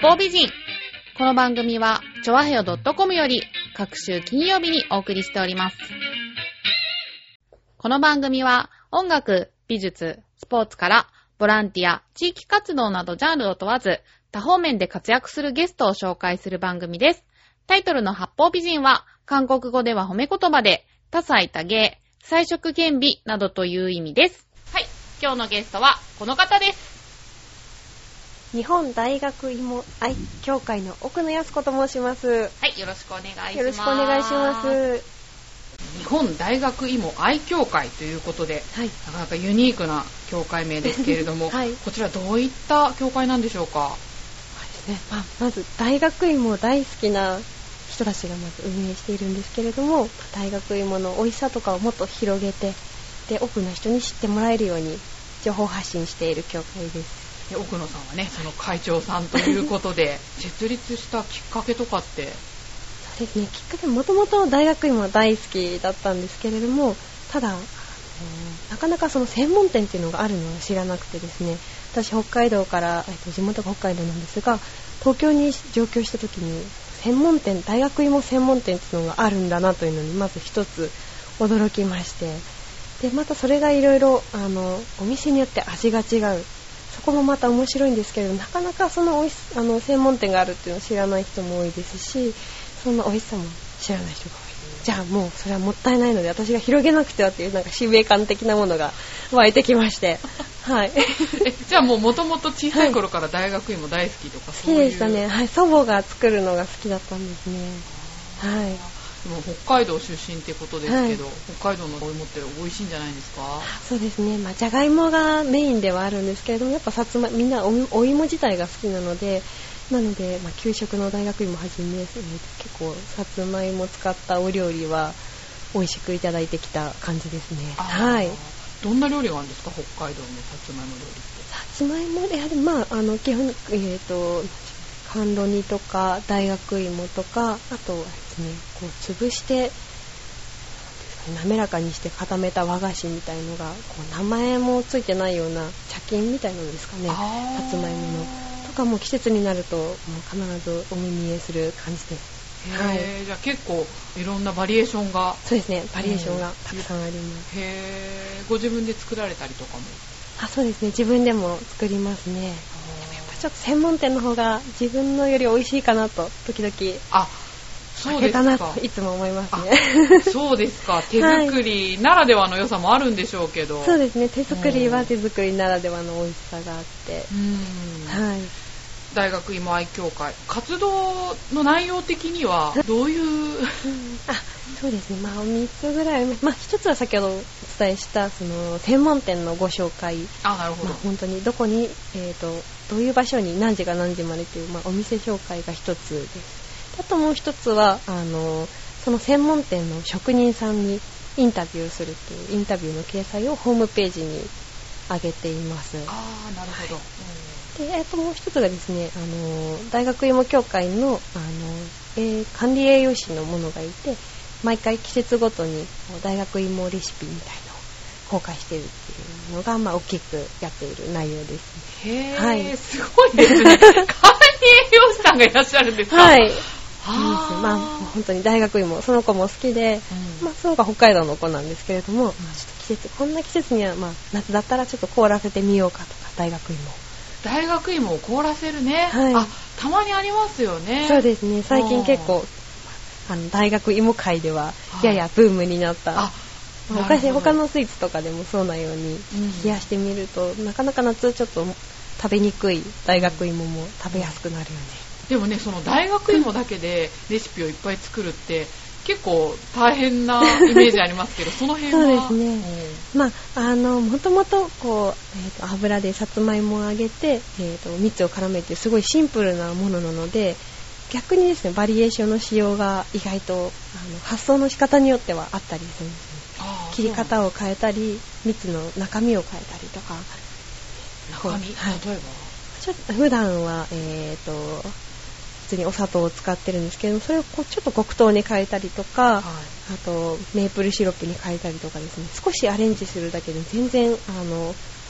方美人。この番組はちょわへよ .com より各週金曜日にお送りしております。この番組は音楽、美術、スポーツからボランティア、地域活動などジャンルを問わず多方面で活躍するゲストを紹介する番組です。タイトルの八方美人は韓国語では褒め言葉で多彩多芸、彩色兼備などという意味です。はい、今日のゲストはこの方です。 日本大学芋愛協会の奥野靖子と申します。 はい、よろしくお願いします。 よろしくお願いします。 日本大学芋愛協会ということで、はい、なかなかユニークな協会名ですけれども、はい、こちらどういった協会なんでしょうか。 そうですね、まず大学芋大好きな人たちがまず運営しているんですけれども、大学芋の美味しさとかをもっと広げて、で多くの人に知ってもらえるように情報発信している協会です。 で奥野さんはね、その会長さんということで設立したきっかけとかって。 そうですね、きっかけもともと大学芋大好きだったんですけれども、ただなかなかその専門店っていうのがあるのを知らなくてですね、私北海道から、地元が北海道なんですが、東京に上京した時に専門店、大学芋専門店っていうのがあるんだなというのにまず一つ驚きまして、でまたそれがいろいろお店によって味が違う、そこもまた面白いんですけれど、なかなかその専門店があるっていうのを知らない人も多いですし、そんな美味しさも知らない人が多い。じゃあもうそれはもったいないので私が広げなくてはっていう、なんか使命感的なものが湧いてきましてはいじゃあもう元々小さい頃から大学芋大好きとか、そういう。 好きでしたね。はい、祖母が作るのが好きだったんですね。はい。 でも北海道出身ってことですけど、はい、北海道のお芋って美味しいんじゃないですか。 そうですね、じゃがいもがメインではあるんですけれども、やっぱみんなお芋自体が好きなので、給食の大学芋はじめ、結構さつまいも使ったお料理は美味しくいただいてきた感じですね。はい。 どんな料理があるんですか、北海道のさつまいも料理って。 さつまいもで、やはり基本甘露煮とか大学芋とか、あとはですね、こう潰して滑らかにして固めた和菓子みたいのが、こう名前もついてないような茶巾みたいなのですかね、さつまいものとかも季節になるともう必ずお目見えする感じです。 はい、じゃあ結構いろんなバリエーションが。 そうですね、バリエーションがたくさんあります。 ご自分で作られたりとかも。 そうですね、自分でも作りますね。でもやっぱちょっと専門店の方が自分のより美味しいかなと時々負けたなといつも思いますね。 そうですか。手作りならではの良さもあるんでしょうけど、はい、 そうですね、手作りは手作りならではの美味しさがあって、はい。 大学芋愛協会活動の内容的にはどういう、 そうですね、3つぐらい、1つは先ほどお伝えしたその専門店のご紹介。 なるほど。 本当にどこに、どういう場所に何時が何時までという、お店紹介が一つです。あともう一つはその専門店の職人さんにインタビューするというインタビューの掲載をホームページに上げています。 なるほど。 で、もう一つがですね、大学芋協会の、管理栄養士の者がいて、毎回季節ごとに大学芋レシピみたいのを公開しているっていうのが、大きくやっている内容です。 へー、はい、すごいですね。管理栄養士さんがいらっしゃるんですか。 はい。本当に大学芋、その子も好きで、その子は北海道の子なんですけれども、ちょっとこんな季節には、夏だったらちょっと凍らせてみようかとか、大学芋を凍らせるね、はい、たまにありますよね。 そうですね、最近結構大学芋界ではややブームになった、他のスイーツとかでもそうなように冷やしてみると、なかなか夏ちょっと食べにくい大学芋も食べやすくなるよね。 でもね、その大学芋だけでレシピをいっぱい作るって結構大変なイメージありますけどその辺は。 そうですね、もともとこう、油でさつまいもを揚げて、蜜を絡めてすごいシンプルなものなので、逆にですね、バリエーションの仕様が意外と発想の仕方によってはあったりするんですね。切り方を変えたり、蜜の中身を変えたりとか。 中身、例えば普段は普通にお砂糖を使ってるんですけど、それをちょっと黒糖に変えたりとか、あとメープルシロップに変えたりとかですね、少しアレンジするだけで全然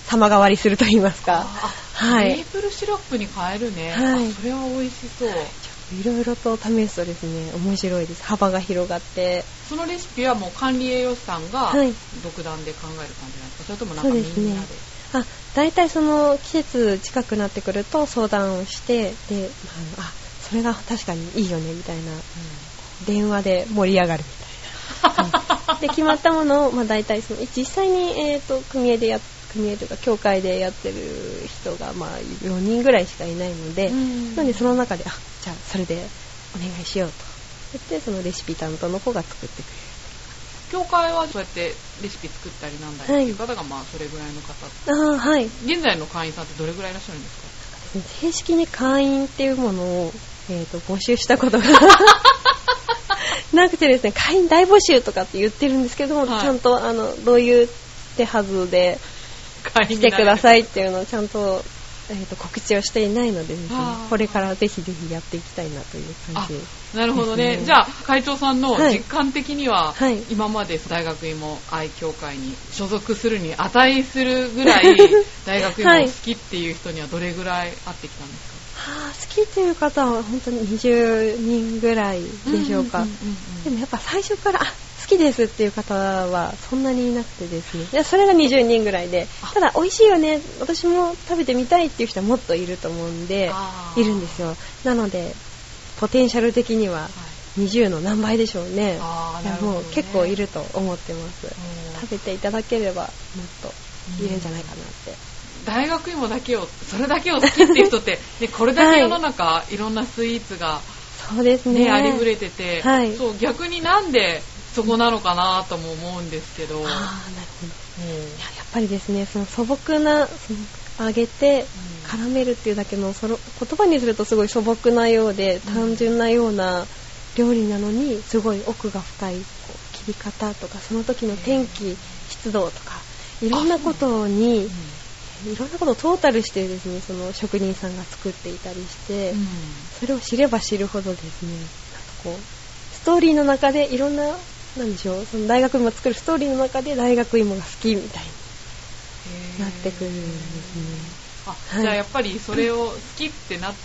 様変わりすると言いますか。はい。 メープルシロップに変えるね。 はい。 それは美味しそう。 いろいろと試すとですね、面白いです。幅が広がって。 そのレシピはもう管理栄養士さんが独断で考える感じなんですか？それともなんかみんなで？そうですね。 だいたいその季節近くなってくると相談をして、で、それが確かにいいよねみたいな、電話で盛り上がるみたいな。で、決まったものを、だいたいその実際に、組合というか協会でやってる人が4人ぐらいしかいないので、なのでその中でじゃあそれでお願いしようと言って、そのレシピ担当の子が作ってくれる。 協会はそうやってレシピ作ったりなんだりっていう方がそれぐらいの方。はい。現在の会員さんってどれぐらいいらっしゃるんですか？ 正式に会員っていうものを、募集したことがなくてですね、会員大募集とかって言ってるんですけども、ちゃんとどういう手はずで来てくださいっていうのをちゃんと、告知をしていないのでですね、これからぜひぜひやっていきたいなという感じです、ね。 なるほどね。じゃあ会長さんの実感的には、今まで大学芋愛協会に所属するに値するぐらい大学芋好きっていう人にはどれぐらい会ってきたんですか？ 好きっていう方は本当に20人ぐらいでしょうか。でもやっぱ最初から好きですっていう方はそんなにいなくてですね、それが20人ぐらいで、ただ美味しいよね、私も食べてみたいっていう人はもっといると思うんで、いるんですよ。なのでポテンシャル的には20の何倍でしょうね。もう結構いると思ってます。食べていただければもっといるんじゃないかなって。 大学芋だけを、それだけを好きっていう人って、これだけ世の中、いろんなスイーツが、 そうですね、 ありふれてて、そう逆になんでそこなのかなとも思うんですけど。なるほど。 やっぱりですね、その素朴な、揚げて絡めるっていうだけの、言葉にするとすごい素朴なようで、単純なような料理なのに、すごい奥が深い切り方とか、その時の天気、湿度とか、いろんなことに、いろんなことをトータルしてですね、その職人さんが作っていたりして、それを知れば知るほどですね、ストーリーの中でいろんな、なんでしょう、その大学芋を作るストーリーの中で大学芋が好きみたいになってくるんですね。 じゃあやっぱりそれを好きってなって、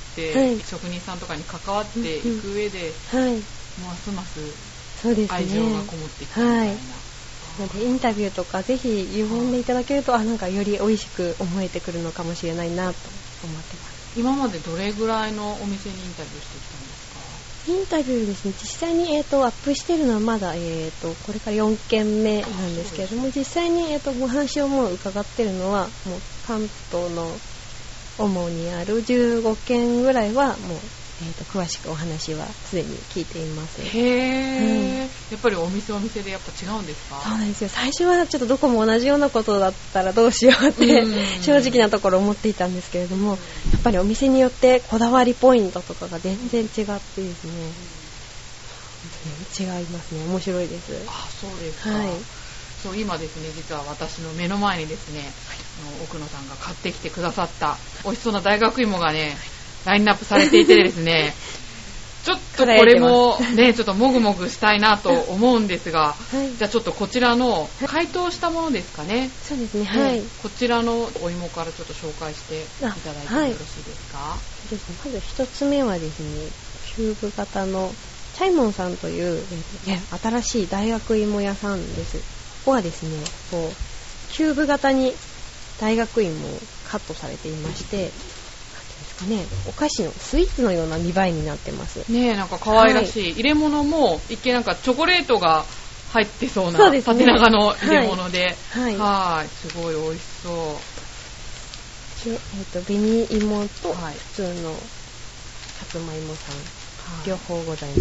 職人さんとかに関わっていく上で、ますます愛情がこもっていくみたいな。 なのでインタビューとかぜひ読んでいただけると、なんかより美味しく思えてくるのかもしれないなと思ってます。 今までどれぐらいのお店にインタビューしてきたんですか？ インタビューですね、実際に、アップしてるのはまだ、これから4件目なんですけれども、実際に、お話をもう伺ってるのはもう関東の主にある15件ぐらいはもう詳しくお話はすでに聞いています。 やっぱりお店でやっぱ違うんですか？ そうなんですよ。最初はちょっとどこも同じようなことだったらどうしようって正直なところ思っていたんですけれども、やっぱりお店によってこだわりポイントとかが全然違ってですね、違いますね。面白いです。 そうですか。そう、今ですね、実は私の目の前にですね、奥野さんが買ってきてくださった美味しそうな大学芋がね、ラインナップされていてですね、ちょっとこれもね、ちょっともぐもぐしたいなと思うんですが、じゃあちょっとこちらの解凍したものですかね。 そうですね。 こちらのお芋からちょっと紹介していただいてもよろしいですか？ まず一つ目はですね、キューブ型のチャイモンさんという、新しい大学芋屋さんです。ここはですね、キューブ型に大学芋をカットされていまして、お菓子のスイーツのような見栄えになってますね。なんか可愛らしい、入れ物も一見なんかチョコレートが入ってそうな縦長の入れ物で、すごい美味しそうで、紅芋と普通のさつまいもさん、両方ございます。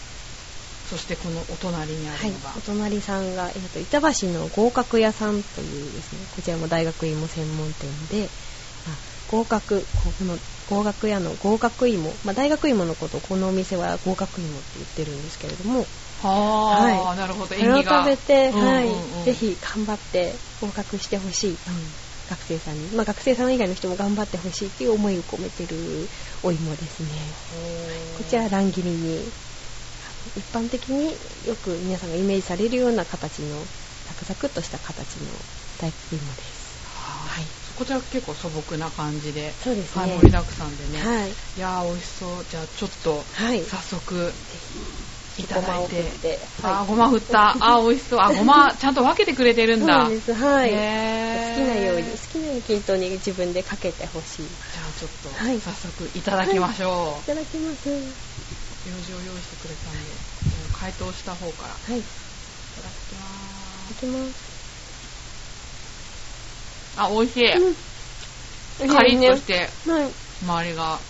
そしてこのお隣にあるのが、 お隣さんが、板橋の合格屋さんというですね、こちらも大学芋専門店で、この合格屋の合格芋、大学芋のことをこのお店は合格芋って言ってるんですけれども、 なるほど、 それを食べて、ぜひ頑張って合格してほしい、学生さんに、学生さん以外の人も頑張ってほしいっていう思いを込めてるお芋ですね。こちら乱切りに、一般的によく皆さんがイメージされるような形のザクザクっとした形の大学芋です。 はい。 こちら結構素朴な感じで、 そうですね。 はい、盛りだくさんでね。 はい。 いやー美味しそう。じゃあちょっと、 はい、 早速いただいて。 はい、 ごま振った。美味しそう。ごまちゃんと分けてくれてるんだ。 そうなんです。はい。好きなように均等に自分でかけてほしい。じゃあちょっと、早速いただきましょう。 いただきます。 用事を用意してくれたんで、解凍した方から。はい。いただきます。 いただきます。 美味しい。カリッとして、周りが。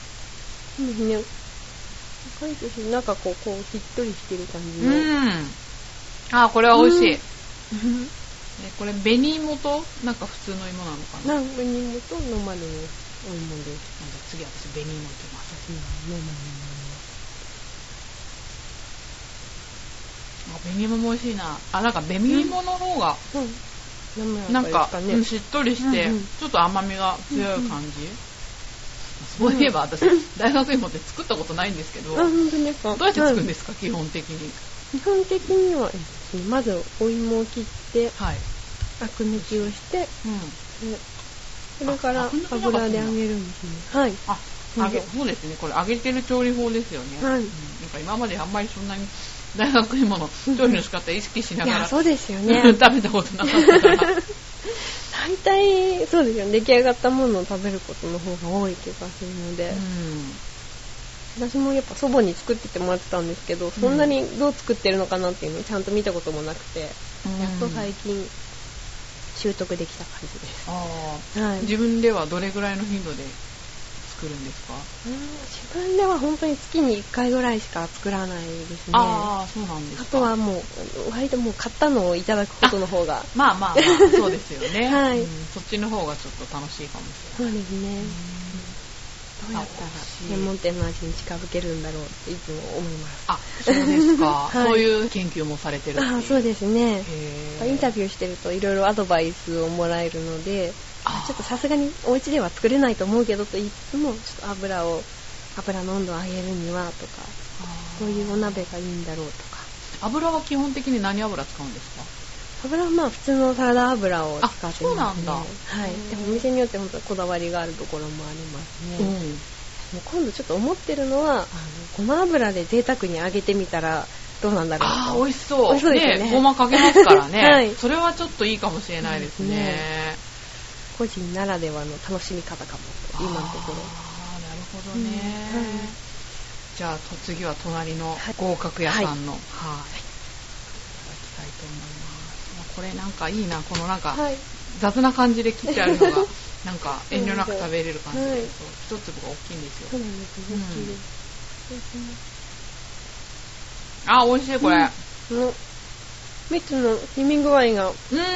カリッとして、中こうしっとりしてる感じの。 これは美味しい。これ、紅芋と、なんか普通の芋なのかな？ 紅芋とノーマルのお芋です。 次私、紅芋いきます。紅芋も美味しいな。なんか紅芋の方が、なんか、しっとりして、ちょっと甘みが強い感じ。そういえば私、大学芋って作ったことないんですけど、 本当ですか？ どうやって作るんですか、基本的に。 基本的には、まずお芋を切って、アク抜きをして、それから油で揚げるんですね。はい。 そうですね、これ揚げてる調理法ですよね。なんか今まであんまりそんなに大学芋の調理の仕方意識しながらそうですよね。 食べたことなかったから。 大体そうですよね。出来上がったものを食べることの方が多い気がするので、私もやっぱ祖母に作っててもらってたんですけど、そんなにどう作ってるのかなっていうのをちゃんと見たこともなくて、やっと最近習得できた感じです。 自分ではどれぐらいの頻度で作るんですか？ 自分では本当に月に1回ぐらいしか作らないですね。 そうなんですか。 あとはもう割ともう買ったのをいただくことの方がまあそうですよね。そっちの方がちょっと楽しいかもしれない。 そうですね。どうやったら専門店の味に近づけるんだろうっていつも思います。 そうですか。そういう研究もされてるっていう。 そうですね。インタビューしてるといろいろアドバイスをもらえるので、ちょっとさすがにお家では作れないと思うけどと言っても、ちょっと油の温度を上げるにはとか、そういうお鍋がいいんだろうとか。 油は基本的に何油使うんですか？ 油は普通のサラダ油を使ってますね。 そうなんだ。 でもお店によって本当にこだわりがあるところもありますね。もう今度ちょっと思ってるのは、ごま油で贅沢に揚げてみたらどうなんだろうと。 美味しそう。 美味しそうですよね。 ごまかけますからね。それはちょっといいかもしれないですね。 個人ならではの楽しみ方かも、今のところ。 なるほどね。じゃあ次は隣の合格屋さんの、いただきたいと思います。これなんかいいな、このなんか雑な感じで切ってあるのがなんか遠慮なく食べれる感じで、一粒が大きいんですよ。 そうなんですね。大きいです。 美味しいこれ。 蜜の染み具合が。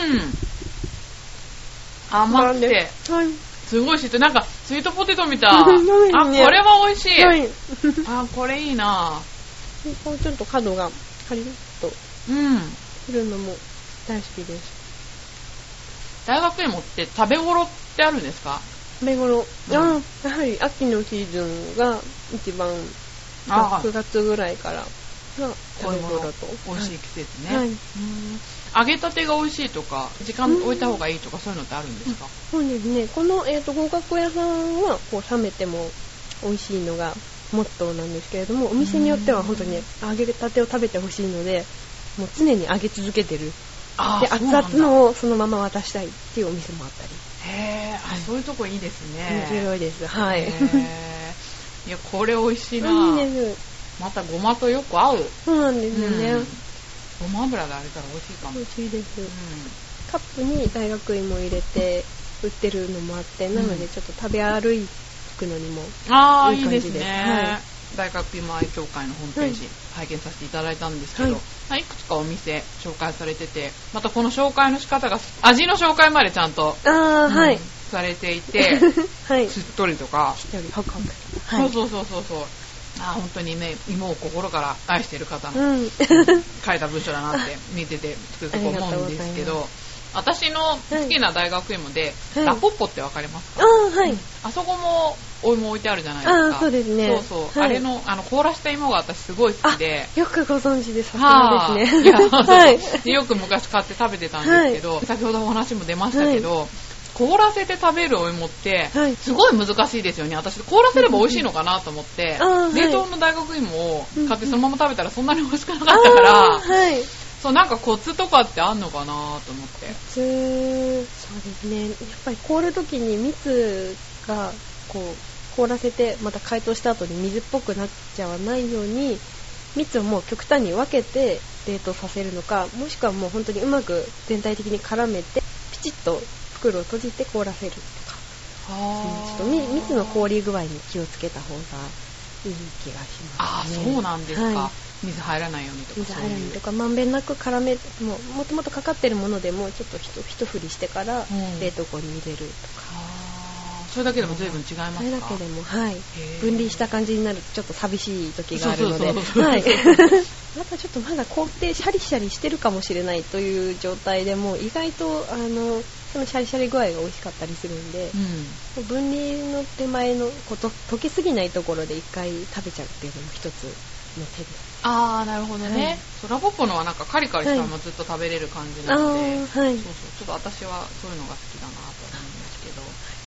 甘くて、すごいしっとり、なんかスイートポテトみたい。これは美味しい。これいいな。 ちょっと角がカリッとするのも大好きです。 大学芋って食べ頃ってあるんですか？ 食べ頃、やはり秋のシーズンが一番、9月ぐらいからが食べ頃と。 美味しい季節ね。揚げたてが美味しいとか、時間置いた方がいいとか、そういうのってあるんですか？ そうですね。この合格屋さんは冷めても美味しいのがモットーなんですけれども、お店によっては本当に揚げたてを食べてほしいので、もう常に揚げ続けてる。で、熱々のをそのまま渡したいっていうお店もあったり。 そういうとこいいですね。 面白いです。はい。 いや、これ美味しいな。 いいです。 またごまとよく合う。 そうなんですよね。 ごま油で揚げたら美味しいかも。 美味しいです。カップに大学芋を入れて売ってるのもあって、なのでちょっと食べ歩くのにもいい感じです。 いいですね。大学芋愛協会のホームページ拝見させていただいたんですけど、いくつかお店紹介されてて、またこの紹介の仕方が味の紹介までちゃんとされていて、しっとりとか、 ホクホク。 そう。本当にね、芋を心から愛している方の書いた文章だなって見ててつくづく思うんですけど、私の好きな大学芋で、ラポッポってわかりますか？あそこもお芋置いてあるじゃないですか。 そうですね。 あれの凍らした芋が私すごい好きで。 よくご存知で、さすがですね。 よく昔買って食べてたんですけど、先ほどお話も出ましたけど、 凍らせて食べるお芋ってはいすごい難しいですよね。私凍らせれば美味しいのかなと思って、冷凍の大学芋を買ってそのまま食べたらそんなに美味しくなかったから、 はい、 そうなんかコツとかってあんのかなと思って。 そうですね。やっぱり凍るときに蜜がこう凍らせてまた解凍した後に水っぽくなっちゃわないように、蜜をもう極端に分けて冷凍させるのか、もしくはもう本当にうまく全体的に絡めてピチッと袋を閉じて凍らせるとか、ちょっと蜜の凍り具合に気をつけた方がいい気がしますね。 そうなんですか。 はい、 水入らないようにとか。 水入らないとか、まんべんなく絡め、もともとかかってるものでもちょっと一振りしてから冷凍庫に入れるとか。 それだけでも随分違いますか？ それだけでも、はい、分離した感じになるとちょっと寂しい時があるので、はい、まだ凍ってシャリシャリしてるかもしれないという状態でも意外とそのシャリシャリ具合が美味しかったりするんで、分離の手前の溶けすぎないところで一回食べちゃうっていうのも一つの手です。 あー、なるほどね。ラボッポのはなんかカリカリしたままずっと食べれる感じなので、はい、ちょっと私はそういうのが好きだなと思うんですけど。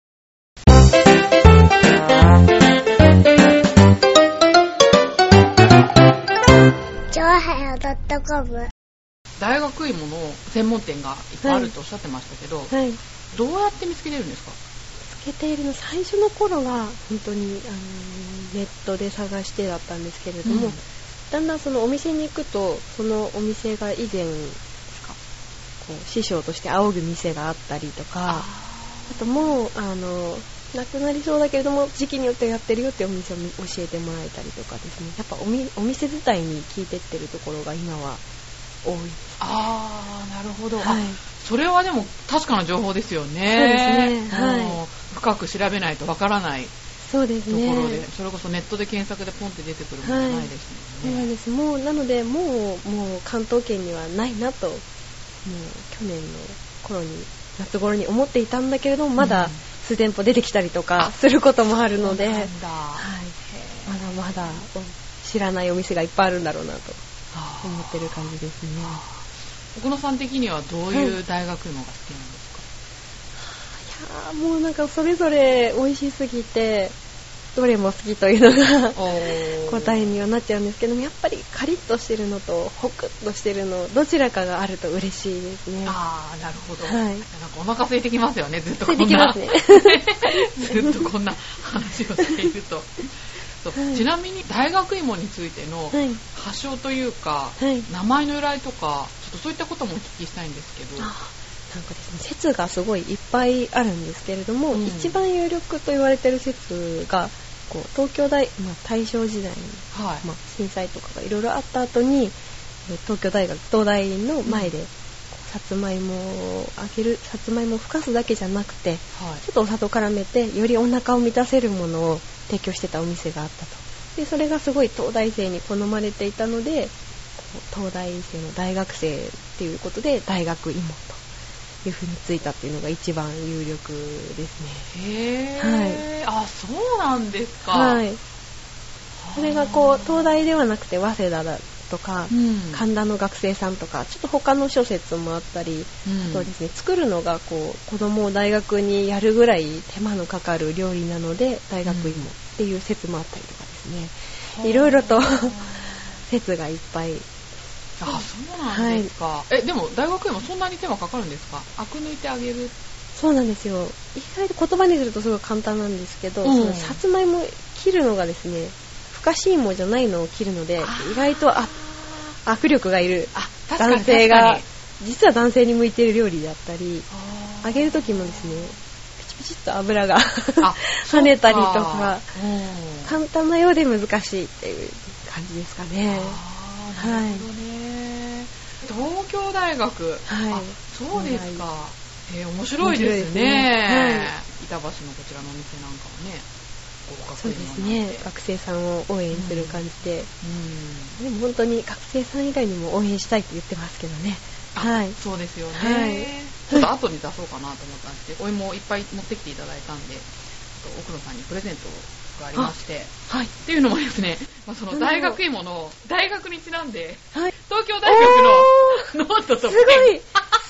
大学芋の専門店がいっぱいあるとおっしゃってましたけど、はい、どうやって見つけてるんですか？ 見つけているの、最初の頃は本当にネットで探してだったんですけれども、だんだんそのお店に行くと、そのお店が以前こう師匠として仰ぐ店があったりとか、あともうなくなりそうだけれども時期によってやってるよってお店を教えてもらえたりとかですね、やっぱお店自体に聞いてってるところが今は多いです。 あー、なるほど、 はい、 それはでも確かな情報ですよね。 そうですね、はい、 深く調べないとわからないそうですね、 ところで、それこそネットで検索でポンって出てくるものじゃないですもんね。 そうです。もうなのでもう関東圏にはないなと、もう去年の頃に夏頃に思っていたんだけれども、まだ数店舗出てきたりとかすることもあるので、はい、まだまだ知らないお店がいっぱいあるんだろうなと思ってる感じですね。 奥野さん的にはどういう大学芋が好きなんですか？ いやもうなんかそれぞれ美味しすぎてどれも好きというのが答えにはなっちゃうんですけども、やっぱりカリッとしてるのとホクッとしてるのどちらかがあると嬉しいですね。 あー、なるほど、 はい、 なんかお腹空いてきますよね、ずっとこんな空いてきますねずっとこんな話をしているとはい、ちなみに大学芋についての発祥というか、はい、名前の由来とかちょっとそういったこともお聞きしたいんですけど。 なんかですね、説がすごいいっぱいあるんですけれども、一番有力と言われている説が東京大、大正時代に、はい、震災とかがいろいろあった後に東京大学東大の前で、さつまいもをあげる、さつまいもをふかすだけじゃなくて、はい、ちょっとお砂糖絡めてよりお腹を満たせるものを提供してたお店があったと。でそれがすごい東大生に好まれていたので、東大生の大学生っていうことで大学芋という風についたっていうのが一番有力ですね。 へー、はい、あ、そうなんですか。 はい、それが東大ではなくて早稲田だとか、神田の学生さんとかちょっと他の諸説もあったり、あとですね、作るのが子供を大学にやるぐらい手間のかかる料理なので大学芋っていう説もあったりとかですね、いろいろと説がいっぱい。 あ、そうなんですか。はい、でも大学芋そんなに手間かかるんですか？アク抜いてあげる。 そうなんですよ。意外と言葉にするとすごい簡単なんですけど、そのさつまいも切るのがですね、ふかし芋じゃないのを切るので意外と握力がいる男性が、実は男性に向いている料理だったり、揚げる時もですね、ピチピチっと油が跳ねたりとか、簡単なようで難しいっていう感じですかね。 なるほどね。東京大学、はい、そうですか。面白いですね。板橋のこちらのお店なんかはね、 そうですね、学生さんを応援する感じで、でも本当に学生さん以外にも応援したいって言ってますけどね。はい、そうですよね。はい、 ちょっと後に出そうかなと思ったんですけど、お芋いっぱい持ってきていただいたんで、奥野さんにプレゼントがありまして、はい、っていうのもですね、その大学芋の大学にちなんで、はい、東京大学のノートとペン、 すごい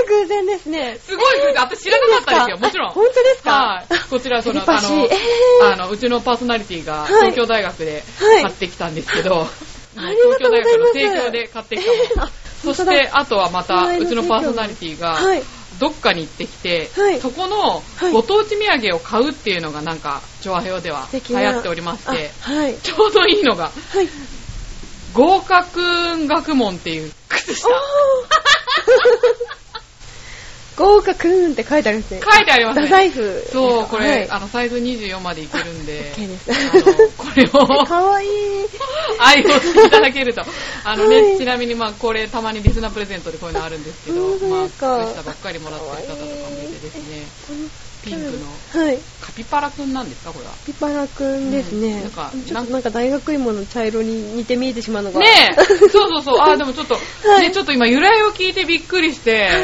偶然ですね。 すごい偶然。私知らなかったですよ、もちろん。 本当ですか？ はい。こちら、うちのパーソナリティが東京大学で買ってきたんですけど、東京大学の提供で買ってきたもの。そして、あとはまた、うちのパーソナリティが、どっかに行ってきて、そこのご当地土産を買うっていうのがなんか、チョアヘヨでは流行っておりまして、ちょうどいいのが、合格学問っていう靴下。 合格ーんって書いてあるんですね。 書いてありますね。 太宰府。 そう、これ、サイズ24までいけるんで、 OK です。 これを、 かわいい。 愛用していただけると。ちなみに、これ、たまにリスナープレゼントでこういうのあるんですけど、靴下ばっかりもらってる方とかもいてですね、ピンクの、カピパラくんなんですか、これは。 カピパラくんですね。なんか大学芋の茶色に似て見えてしまうのが。 ねえ、そう。でもちょっと、ちょっと今由来を聞いてびっくりして。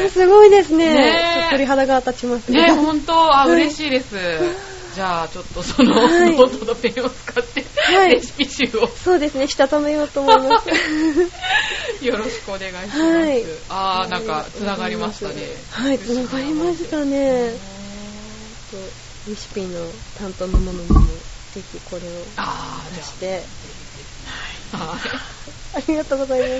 すごいですね。鳥肌が立ちますね。 ね、ほんと、嬉しいです。じゃあ、ちょっとその、ノートのペンを使って、レシピ集を。 そうですね、したためようと思います。 よろしくお願いします。なんか、つながりましたね。 はい、つながりましたね。レシピの担当のものにもぜひこれを出して、ありがとうございます。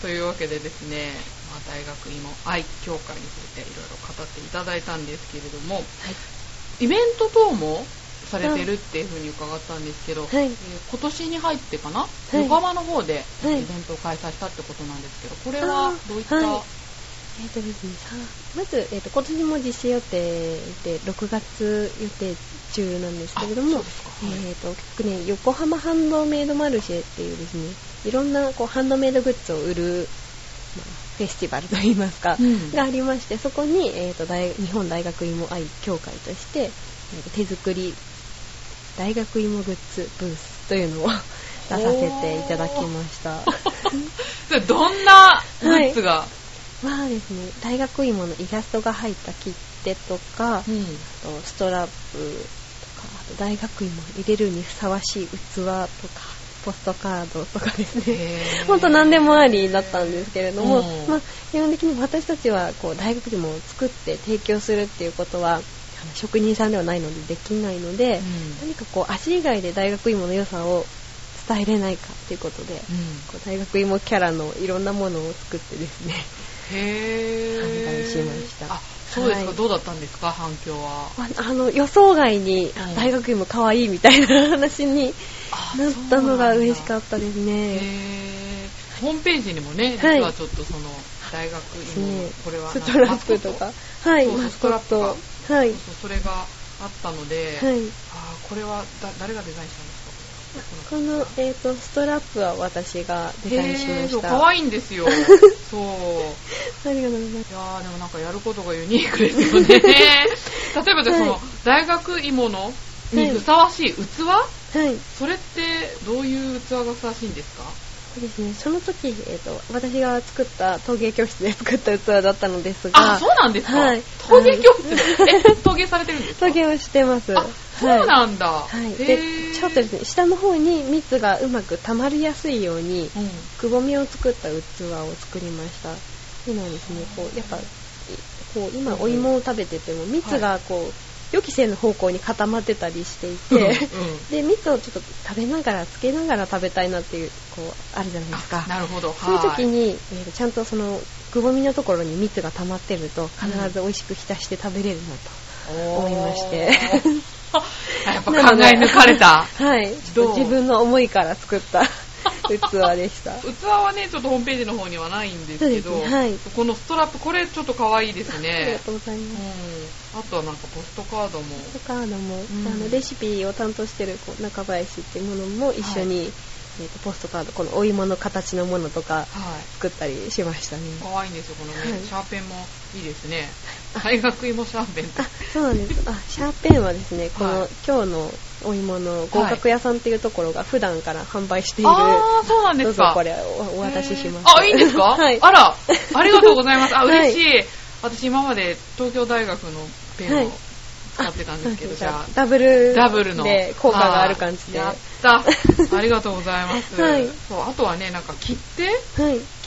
というわけでですね、大学芋愛協会についていろいろ語っていただいたんですけれども、イベント等もされてるっていうふうに伺ったんですけど、今年に入ってかな、横浜の方でイベントを開催したってことなんですけど、これはどういったですね、まず、今年も実施予定で6月予定中なんですけれども、去年横浜ハンドメイドマルシェっていうですね、いろんなハンドメイドグッズを売る、フェスティバルといいますか、がありまして、そこに、日本大学芋愛協会として、手作り大学芋グッズブースというのを出させていただきました。 どんなグッズが？ ですね、大学芋のイラストが入った切手とか、あとストラップとか、あと大学芋入れるにふさわしい器とか、ポストカードとかですね、本当何でもありだったんですけれども、基本的に私たちは大学芋を作って提供するっていうことは職人さんではないのでできないので、何か味以外で大学芋の良さを伝えれないかということで、大学芋キャラのいろんなものを作ってですね、販売しました。 そうですか、どうだったんですか、反響は。 予想外に大学芋かわいいみたいな話になったのが嬉しかったですね。 ホームページにもね、実はちょっとその大学芋、これはストラップとか、マスコット、 それがあったので、これは誰がデザインしたんですか？ この、ストラップは私がデザインしました。 可愛いんですよ。そう。 ありがとうございます。 いやー、でもなんかやることがユニークですよね。例えばその大学芋のにふさわしい器、それってどういう器がふさわしいんですか？ そうですね、その時、私が作った陶芸教室で作った器だったのですが。 そうなんですか？陶芸教室陶芸されてるんですか？ 陶芸をしてます。 そうなんだ。 で、ちょっとですね、下の方に蜜がうまく溜まりやすいように、くぼみを作った器を作りました。今ですね、やっぱ今お芋を食べてても蜜が予期せぬ方向に固まってたりしていて、で蜜をちょっと食べながらつけながら食べたいなっていうあるじゃないですか。 なるほど。 そういう時に、ちゃんとそのくぼみのところに蜜が溜まってると必ず美味しく浸して食べれるなと思いまして。 やっぱ考え抜かれた。 自分の思いから作った器でした。 器はね、ちょっとホームページの方にはないんですけど、このストラップ、これちょっと可愛いですね。 ありがとうございます。 あとはなんかポストカードも。 ポストカードも、レシピを担当してる中林っていうものも一緒に、ポストカード、このお芋の形のものとか作ったりしましたね。 可愛いんですよ、このね、シャーペンもいいですね。大学芋シャーペン。 そうなんです。シャーペンはですね、この今日のお芋の合格屋さんっていうところが普段から販売している。 そうなんですか。 どうぞこれお渡しします。 いいんですか？あら、ありがとうございます。嬉しい。私今まで東京大学のペンを使ってたんですけど、じゃあダブルので効果がある感じで。 やった。ありがとうございます。そう、あとはね、なんか切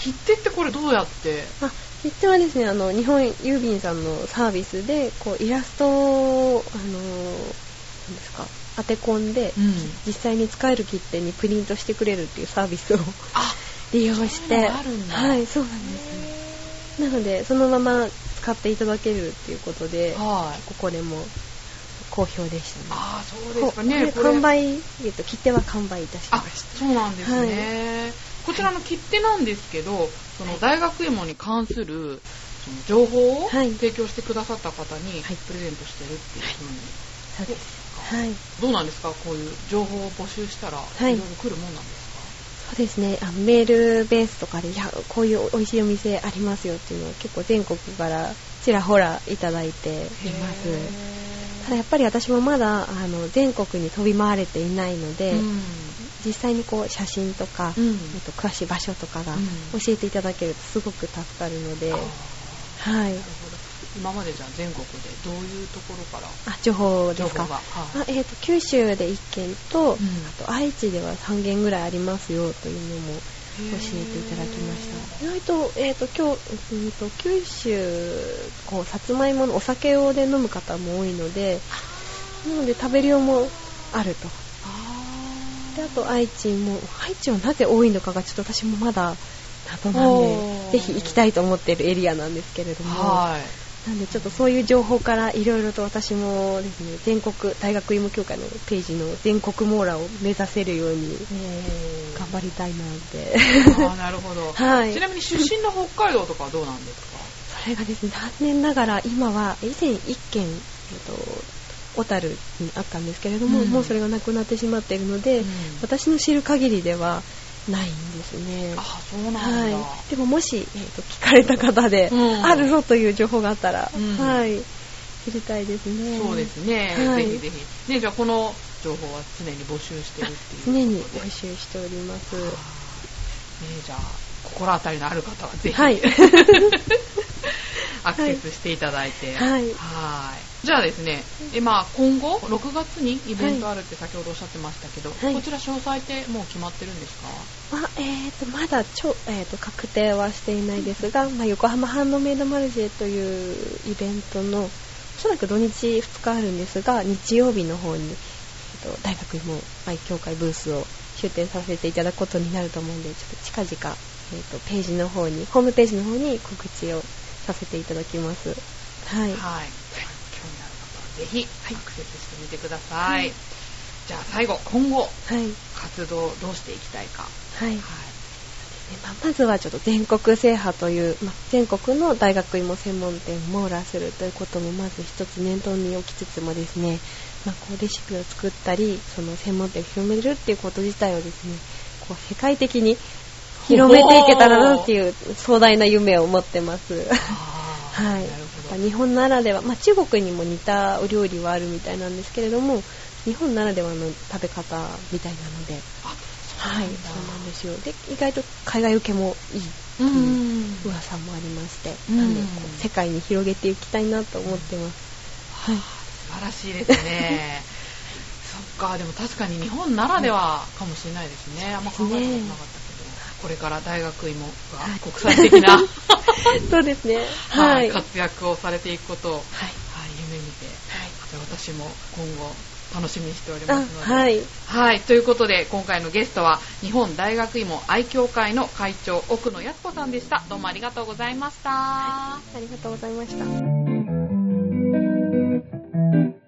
切手ってこれどうやって？ 切手はですね、日本郵便さんのサービスで、こうイラストを、何ですか、当て込んで、実際に使える切手にプリントしてくれるっていうサービスを利用して、 あるんだ。 はい、そうなんですね。なのでそのまま使っていただけるっていうことで、これも好評でしたね。 そうですかね。 完売、切手は完売いたしました。 そうなんですね。こちらの切手なんですけど、その大学芋に関するその情報を提供してくださった方にプレゼントしてるっていう風に。 そうです。 どうなんですか、こういう情報を募集したらいろいろ来るもんなんですか？ そうですね、メールベースとかで、こういう美味しいお店ありますよっていうのは結構全国からちらほらいただいています。ただやっぱり私もまだ全国に飛び回れていないので、実際にこう写真とか、詳しい場所とかが教えていただけるとすごく助かるので、はい。 今までじゃあ全国でどういうところから情報ですか？九州で1件と、あと愛知では3件ぐらいありますよというのも教えていただきました。意外と今日、九州こうさつまいものお酒をで飲む方も多いので、なので食べる用もあると。であと愛知はなぜ多いのかがちょっと私もまだ謎なんで、ぜひ行きたいと思っているエリアなんですけれども、なんでちょっとそういう情報からいろいろと私もですね、全国大学芋協会のページの全国網羅を目指せるように頑張りたいなって。 なるほど。 はい。 ちなみに出身の北海道とかはどうなんですか？ それがですね、残念ながら今は以前1件小樽にあったんですけれども、もうそれがなくなってしまっているので、私の知る限りではないんですね。 そうなんだ。 でももし、聞かれた方で、あるぞという情報があったら、知りたいですね。 そうですね。ぜひぜひ。ね、じゃあこの情報は常に募集してるっていう。 常に募集しております。 じゃあ心当たりのある方はぜひ、アクセスしていただいて。じゃあですね、今後6月にイベントあるって先ほどおっしゃってましたけど、こちら詳細ってもう決まってるんですか？ まだ確定はしていないですが、横浜ハンドメイドマルシェというイベントのおそらく土日2日あるんですが、日曜日の方に、大学芋愛協会ブースを出展させていただくことになると思うんで、ちょっと近々、ページの方に、ホームページの方に告知をさせていただきます。興味ある方はぜひアクセスしてみてください。じゃあ最後、今後、活動どうしていきたいか。 まずはちょっと全国制覇という、全国の大学芋専門店を網羅するということもまず一つ念頭に置きつつもですね、こうレシピを作ったり、その専門店を広めるっていうこと自体をですね、こう世界的に広めていけたらなっていう壮大な夢を持ってます。日本ならでは、中国にも似たお料理はあるみたいなんですけれども、日本ならではの食べ方みたいなので、そうなんですよ。で、意外と海外受けもいいという噂もありまして、なんで世界に広げていきたいなと思ってます。 素晴らしいですね。そっか、でも確かに日本ならではかもしれないですね。あんま考えたことなかったけど、これから大学芋が国際的なそうですね。 活躍をされていくことを、夢見て、じゃあ私も今後楽しみにしておりますので、ということで今回のゲストは日本大学芋愛協会の会長奥野靖子さんでした。どうもありがとうございました。 ありがとうございました。